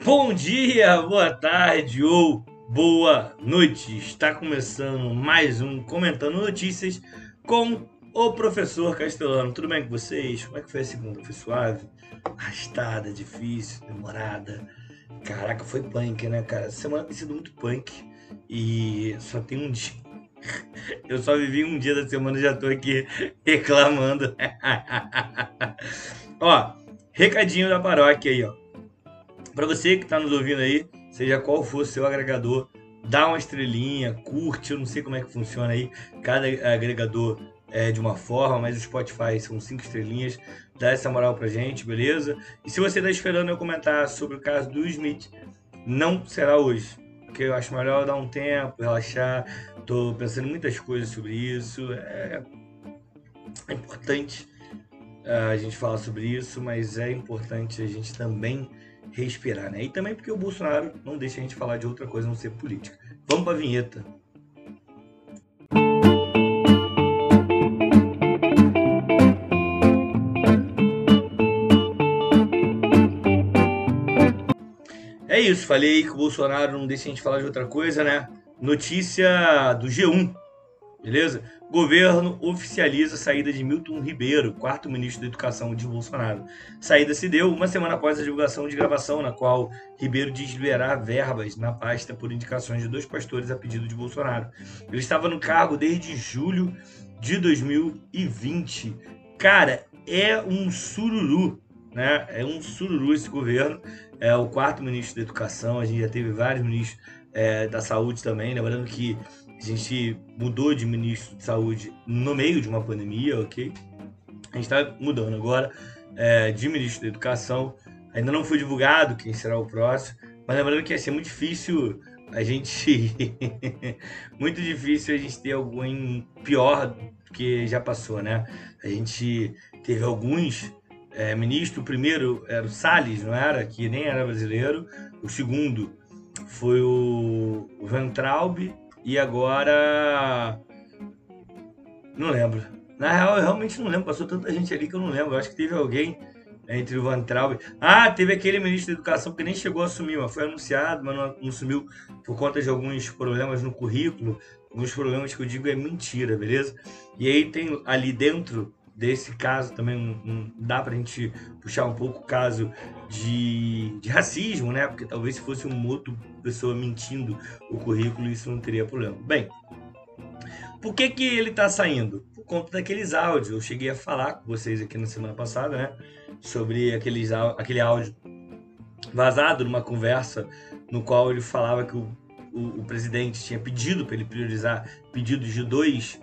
Bom dia, boa tarde ou boa noite. Está começando mais um Comentando Notícias com o professor Castelano. Tudo bem com vocês? Como é que foi a segunda? Foi suave? Arrastada, difícil, demorada? Caraca, foi punk, né, cara? Essa semana tem sido muito punk e só tem um dia. Eu só vivi um dia da semana e já tô aqui reclamando. Ó, recadinho da paróquia aí, ó. Para você que está nos ouvindo aí, seja qual for o seu agregador, dá uma estrelinha, curte, eu não sei como é que funciona aí, cada agregador é de uma forma, mas o Spotify são 5 estrelinhas, dá essa moral pra gente, beleza? E se você está esperando eu comentar sobre o caso do Smith, não será hoje, porque eu acho melhor dar um tempo, relaxar, tô pensando em muitas coisas sobre isso, é importante a gente falar sobre isso, mas é importante a gente também respirar, né? E também porque o Bolsonaro não deixa a gente falar de outra coisa a não ser política. Vamos pra vinheta. É isso, falei que o Bolsonaro não deixa a gente falar de outra coisa, né? Notícia do G1, beleza? Governo oficializa a saída de Milton Ribeiro, quarto ministro da Educação de Bolsonaro. Saída se deu uma semana após a divulgação de gravação, na qual Ribeiro diz liberar verbas na pasta por indicações de 2 pastores a pedido de Bolsonaro. Ele estava no cargo desde julho de 2020. Cara, é um sururu, né? É um sururu esse governo. É o quarto ministro da Educação, a gente já teve vários ministros da Saúde também, lembrando que a gente mudou de ministro de saúde no meio de uma pandemia, ok? A gente está mudando agora de ministro da educação. Ainda não foi divulgado quem será o próximo, mas lembrando que ia ser muito difícil a gente muito difícil a gente ter algum pior do que já passou, né? A gente teve alguns ministros. O primeiro era o Salles, não era? Que nem era brasileiro. O segundo foi o Weintraub. E agora não lembro. Na real, eu realmente não lembro. Passou tanta gente ali que eu não lembro. Eu acho que teve alguém entre o Weintraub. Ah, teve aquele ministro da Educação que nem chegou a assumir, mas foi anunciado, mas não assumiu por conta de alguns problemas no currículo. Alguns problemas que eu digo é mentira, beleza? E aí tem ali dentro desse caso também, dá pra gente puxar um pouco o caso de racismo, né? Porque talvez se fosse uma outra pessoa mentindo o currículo, isso não teria problema. Bem, por que ele tá saindo? Por conta daqueles áudios. Eu cheguei a falar com vocês aqui na semana passada, né? Sobre aquele áudio vazado numa conversa no qual ele falava que o presidente tinha pedido para ele priorizar pedidos de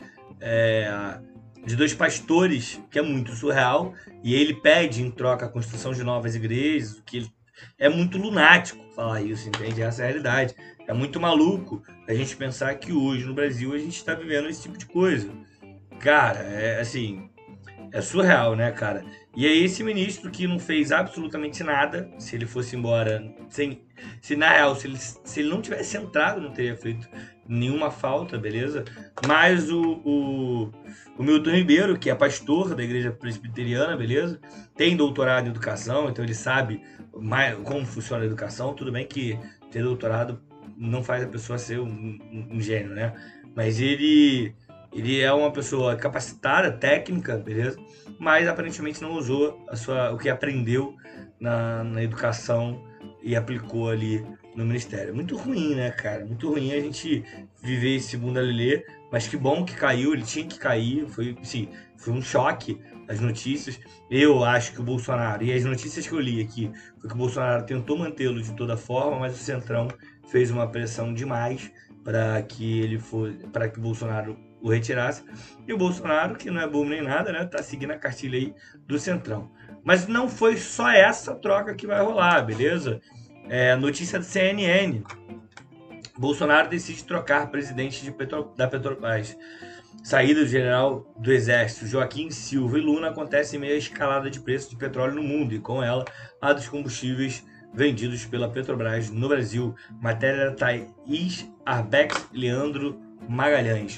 dois pastores, que é muito surreal, e ele pede em troca a construção de novas igrejas, que é muito lunático falar isso, entende? Essa é a realidade. É muito maluco a gente pensar que hoje no Brasil a gente está vivendo esse tipo de coisa. Cara, é assim, é surreal, né, cara? E aí esse ministro que não fez absolutamente nada, se ele fosse embora, se na real, se ele não tivesse entrado, não teria feito nenhuma falta, beleza? Mas o Milton Ribeiro, que é pastor da igreja presbiteriana, beleza? Tem doutorado em educação, então ele sabe como funciona a educação. Tudo bem que ter doutorado não faz a pessoa ser um gênio, né? Mas ele é uma pessoa capacitada, técnica, beleza? Mas aparentemente não usou o que aprendeu na educação e aplicou ali no ministério. Muito ruim, né, cara? Muito ruim a gente viver esse mundo alelê, mas que bom que caiu, ele tinha que cair. Foi um choque as notícias. Eu acho que o Bolsonaro, e as notícias que eu li aqui, foi que o Bolsonaro tentou mantê-lo de toda forma, mas o Centrão fez uma pressão demais para que o Bolsonaro o retirasse. E o Bolsonaro, que não é bobo nem nada, né, tá seguindo a cartilha aí do Centrão. Mas não foi só essa troca que vai rolar, beleza? Notícia da CNN. Bolsonaro decide trocar presidente da Petrobras. Saída do general do Exército Joaquim Silva e Luna acontece em meio à escalada de preço de petróleo no mundo e, com ela, a dos combustíveis vendidos pela Petrobras no Brasil. Matéria da Thaís Arbex e Leandro Magalhães.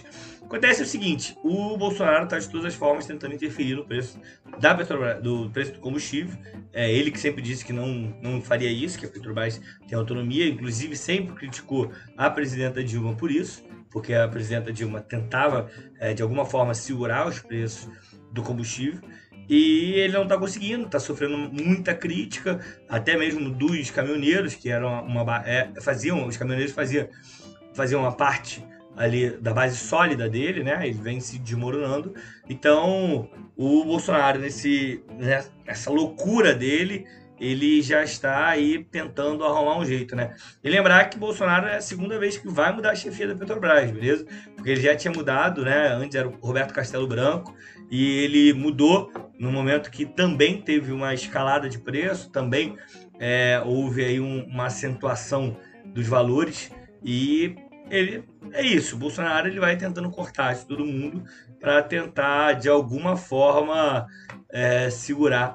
Acontece o seguinte, o Bolsonaro está de todas as formas tentando interferir no preço da Petrobras, do preço do combustível. É ele que sempre disse que não faria isso, que a Petrobras tem autonomia, inclusive sempre criticou a presidenta Dilma por isso, porque a presidenta Dilma tentava, de alguma forma, segurar os preços do combustível. E ele não está conseguindo, está sofrendo muita crítica, até mesmo dos caminhoneiros, que eram os caminhoneiros faziam uma parte ali da base sólida dele, né? Ele vem se desmoronando. Então, o Bolsonaro, nessa loucura dele, ele já está aí tentando arrumar um jeito, né? E lembrar que Bolsonaro é a segunda vez que vai mudar a chefia da Petrobras, beleza? Porque ele já tinha mudado, né? Antes era o Roberto Castelo Branco, e ele mudou no momento que também teve uma escalada de preço, também houve aí uma acentuação dos valores, e é isso, o Bolsonaro ele vai tentando cortar de todo mundo para tentar, de alguma forma, segurar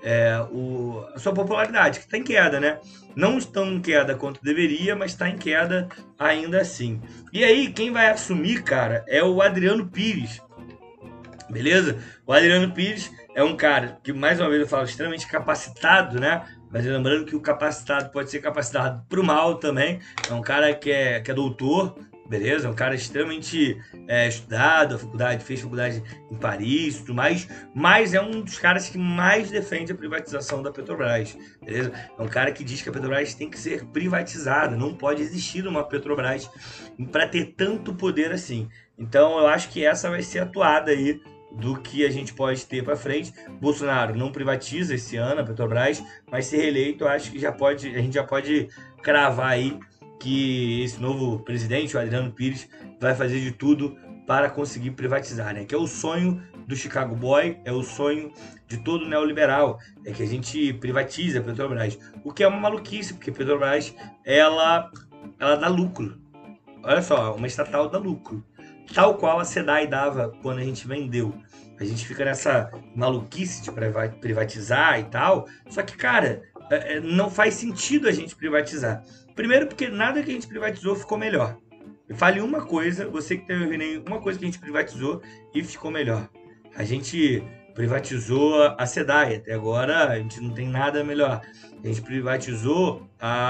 a sua popularidade, que está em queda, né? Não tão em queda quanto deveria, mas está em queda ainda assim. E aí, quem vai assumir, cara, é o Adriano Pires, beleza? O Adriano Pires é um cara que, mais uma vez eu falo, extremamente capacitado, né? Mas lembrando que o capacitado pode ser capacitado para o mal também. É um cara que é doutor, beleza? É um cara extremamente estudado, fez faculdade em Paris e tudo mais, mas é um dos caras que mais defende a privatização da Petrobras, beleza? É um cara que diz que a Petrobras tem que ser privatizada, não pode existir uma Petrobras para ter tanto poder assim. Então eu acho que essa vai ser a toada aí do que a gente pode ter para frente. Bolsonaro não privatiza esse ano a Petrobras, mas se reeleito, eu acho que a gente já pode cravar aí que esse novo presidente, o Adriano Pires, vai fazer de tudo para conseguir privatizar, né? Que é o sonho do Chicago Boy, é o sonho de todo neoliberal, é que a gente privatize a Petrobras. O que é uma maluquice, porque a Petrobras, ela dá lucro. Olha só, uma estatal dá lucro. Tal qual a SEDAI dava quando a gente vendeu. A gente fica nessa maluquice de privatizar e tal. Só que, cara, não faz sentido a gente privatizar. Primeiro porque nada que a gente privatizou ficou melhor. Fale uma coisa, você que teve nenhuma coisa que a gente privatizou e ficou melhor. A gente privatizou a SEDAI, até agora a gente não tem nada melhor. A gente privatizou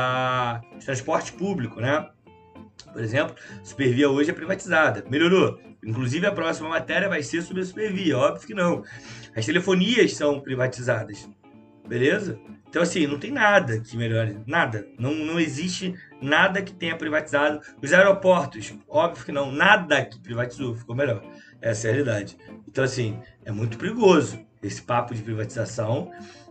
o transporte público, né? Por exemplo, a Supervia hoje é privatizada. Melhorou. Inclusive, a próxima matéria vai ser sobre a Supervia. Óbvio que não. As telefonias são privatizadas. Beleza? Então, assim, não tem nada que melhore. Nada. Não existe nada que tenha privatizado. Os aeroportos, óbvio que não. Nada que privatizou ficou melhor. Essa é a realidade. Então, assim, é muito perigoso esse papo de privatização.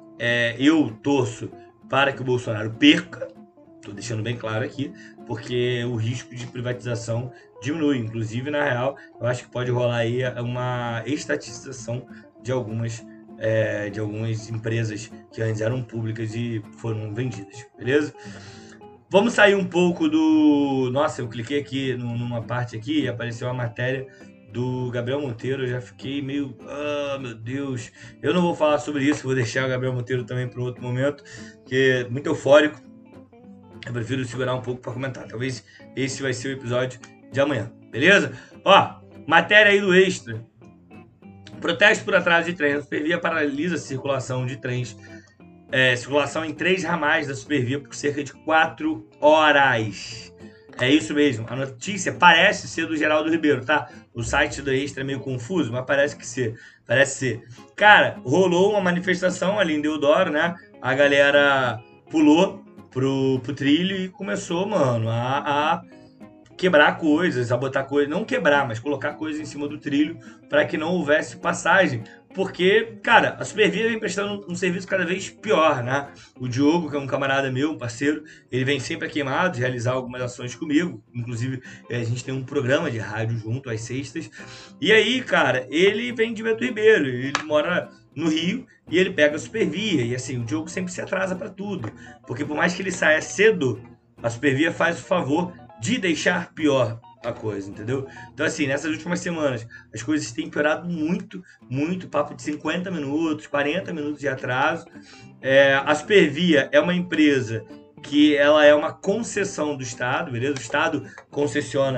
Eu torço para que o Bolsonaro perca. Estou deixando bem claro aqui, porque o risco de privatização diminui. Inclusive, na real, eu acho que pode rolar aí uma estatização de algumas empresas que antes eram públicas e foram vendidas, beleza? Vamos sair um pouco do... Nossa, eu cliquei aqui numa parte aqui e apareceu a matéria do Gabriel Monteiro. Eu já fiquei meio... Ah, meu Deus! Eu não vou falar sobre isso, vou deixar o Gabriel Monteiro também para outro momento, porque é muito eufórico. Eu prefiro segurar um pouco para comentar. Talvez esse vai ser o episódio de amanhã, beleza? Ó, matéria aí do Extra. Protesto por atraso de trens. A Supervia paralisa a circulação de trens. Circulação em 3 ramais da Supervia por cerca de 4 horas. É isso mesmo. A notícia parece ser do Geraldo Ribeiro, tá? O site do Extra é meio confuso, mas parece ser. Cara, rolou uma manifestação ali em Deodoro, né? A galera pulou pro trilho e começou, mano, a quebrar coisas, a botar coisas, não quebrar, mas colocar coisas em cima do trilho para que não houvesse passagem, porque, cara, a Supervia vem prestando um serviço cada vez pior, né? O Diogo, que é um camarada meu, um parceiro, ele vem sempre a Queimados realizar algumas ações comigo, inclusive a gente tem um programa de rádio junto às sextas, e aí, cara, ele vem de Beto Ribeiro, ele mora no Rio e ele pega a Supervia, e assim, o Diogo sempre se atrasa para tudo, porque por mais que ele saia cedo, a Supervia faz o favor de deixar pior a coisa, entendeu? Então, assim, nessas últimas semanas, as coisas têm piorado muito, muito, papo de 50 minutos, 40 minutos de atraso. A Supervia é uma empresa que ela é uma concessão do Estado, beleza? O Estado concessiona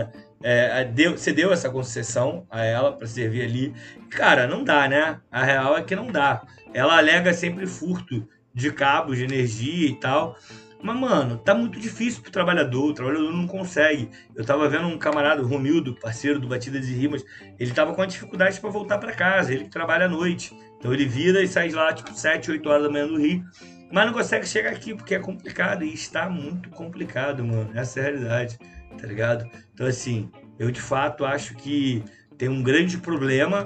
você deu essa concessão a ela para servir ali. Cara, não dá, né? A real é que não dá. Ela alega sempre furto de cabos de energia e tal. Mas, mano, tá muito difícil pro trabalhador. O trabalhador não consegue. Eu tava vendo um camarada, o Romildo, parceiro do Batidas e Rimas, ele tava com dificuldade para voltar para casa. Ele que trabalha à noite. Então ele vira e sai lá, tipo, 7, 8 horas da manhã do Rio. Mas não consegue chegar aqui porque é complicado. E está muito complicado, mano. Essa é a realidade, tá ligado? Então, assim, eu de fato acho que tem um grande problema.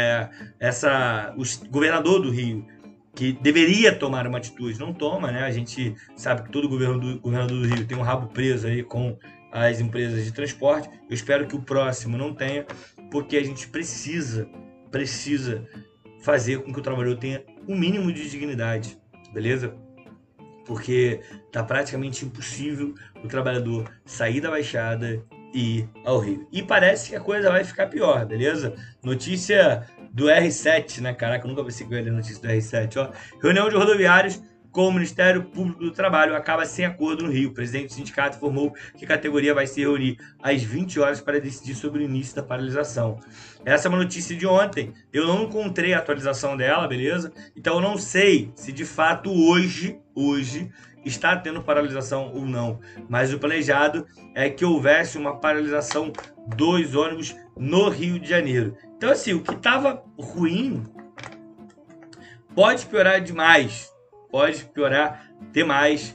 O governador do Rio, que deveria tomar uma atitude, não toma, né? A gente sabe que todo governador do Rio tem um rabo preso aí com as empresas de transporte. Eu espero que o próximo não tenha, porque a gente precisa fazer com que o trabalhador tenha um mínimo de dignidade, beleza? Porque tá praticamente impossível o trabalhador sair da Baixada e ir ao Rio. E parece que a coisa vai ficar pior, beleza? Notícia do R7, né? Caraca, eu nunca pensei que eu ia ler notícia do R7, ó. Reunião de rodoviários com o Ministério Público do Trabalho acaba sem acordo no Rio. O presidente do sindicato informou que a categoria vai se reunir às 20 horas para decidir sobre o início da paralisação. Essa é uma notícia de ontem. Eu não encontrei a atualização dela, beleza? Então eu não sei se de fato hoje está tendo paralisação ou não. Mas o planejado é que houvesse uma paralisação dos ônibus no Rio de Janeiro. Então, assim, o que estava ruim pode piorar demais. Pode piorar demais.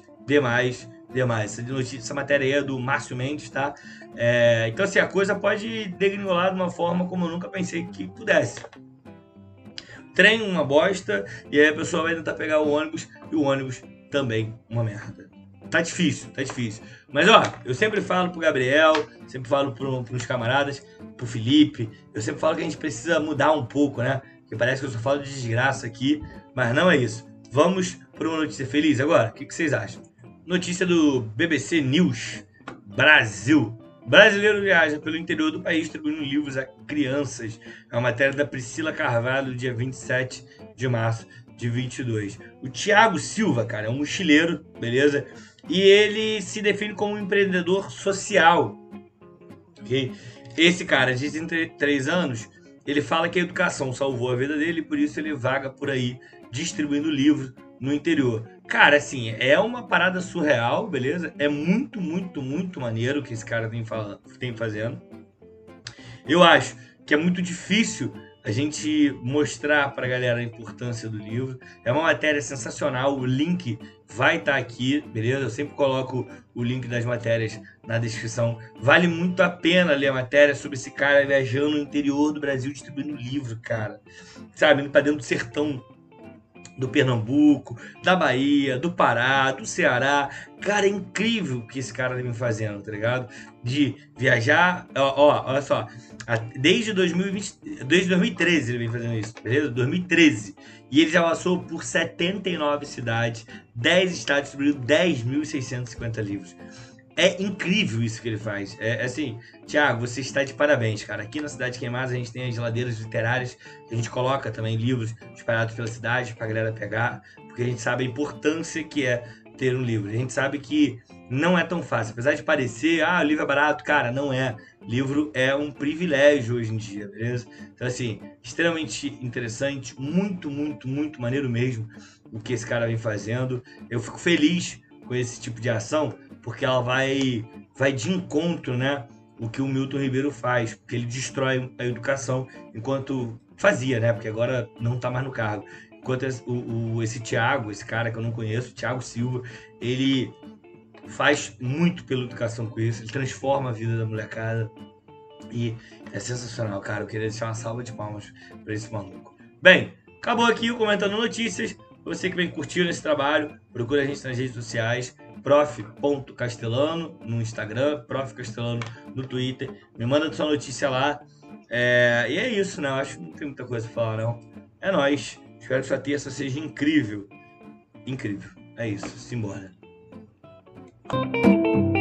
Essa matéria aí é do Márcio Mendes, tá? Então, assim, a coisa pode degringolar de uma forma como eu nunca pensei que pudesse. Trem uma bosta, e aí a pessoa vai tentar pegar o ônibus, e o ônibus também uma merda. Tá difícil. Mas, ó, eu sempre falo pro Gabriel, sempre falo pros camaradas, pro Felipe, eu sempre falo que a gente precisa mudar um pouco, né? Porque parece que eu só falo de desgraça aqui, mas não é isso. Vamos para uma notícia feliz agora? O que vocês acham? Notícia do BBC News Brasil. Brasileiro viaja pelo interior do país distribuindo livros a crianças. É uma matéria da Priscila Carvalho, dia 27 de março de 22. O Thiago Silva, cara, é um mochileiro, beleza? E ele se define como um empreendedor social, ok? Esse cara, de 33 anos, ele fala que a educação salvou a vida dele e por isso ele vaga por aí distribuindo livros no interior. Cara, assim, é uma parada surreal, beleza? É muito maneiro o que esse cara tem fazendo. Eu acho que é muito difícil a gente mostrar pra galera a importância do livro. É uma matéria sensacional, o link vai estar aqui, beleza? Eu sempre coloco o link das matérias na descrição. Vale muito a pena ler a matéria sobre esse cara viajando no interior do Brasil distribuindo livro, cara. Sabe, indo pra dentro do sertão do Pernambuco, da Bahia, do Pará, do Ceará. Cara, é incrível o que esse cara vem fazendo, tá ligado? De viajar, olha só, desde 2013 ele vem fazendo isso, beleza? 2013. E ele já passou por 79 cidades, 10 estados, distribuindo 10.650 livros. É incrível isso que ele faz. É assim, Thiago, você está de parabéns, cara. Aqui na Cidade Queimada a gente tem as geladeiras literárias, a gente coloca também livros espalhados pela cidade pra galera pegar, porque a gente sabe a importância que é ter um livro. A gente sabe que não é tão fácil. Apesar de parecer, o livro é barato, cara, não é. Livro é um privilégio hoje em dia, beleza? Então, assim, extremamente interessante, muito maneiro mesmo o que esse cara vem fazendo. Eu fico feliz com esse tipo de ação, porque ela vai de encontro, né? O que o Milton Ribeiro faz, porque ele destrói a educação enquanto fazia, né? Porque agora não tá mais no cargo. Enquanto esse Thiago, esse cara que eu não conheço, Thiago Silva, ele faz muito pela educação com isso, ele transforma a vida da molecada e é sensacional, cara. Eu queria deixar uma salva de palmas pra esse maluco. Bem, acabou aqui o Comentando Notícias. Você que vem curtindo esse trabalho, procura a gente nas redes sociais, prof.castelano no Instagram, Prof. Castelano no Twitter. Me manda sua notícia lá. E é isso, né? Eu acho que não tem muita coisa pra falar, não. É nóis. Espero que sua terça seja incrível. Incrível. É isso. Simbora.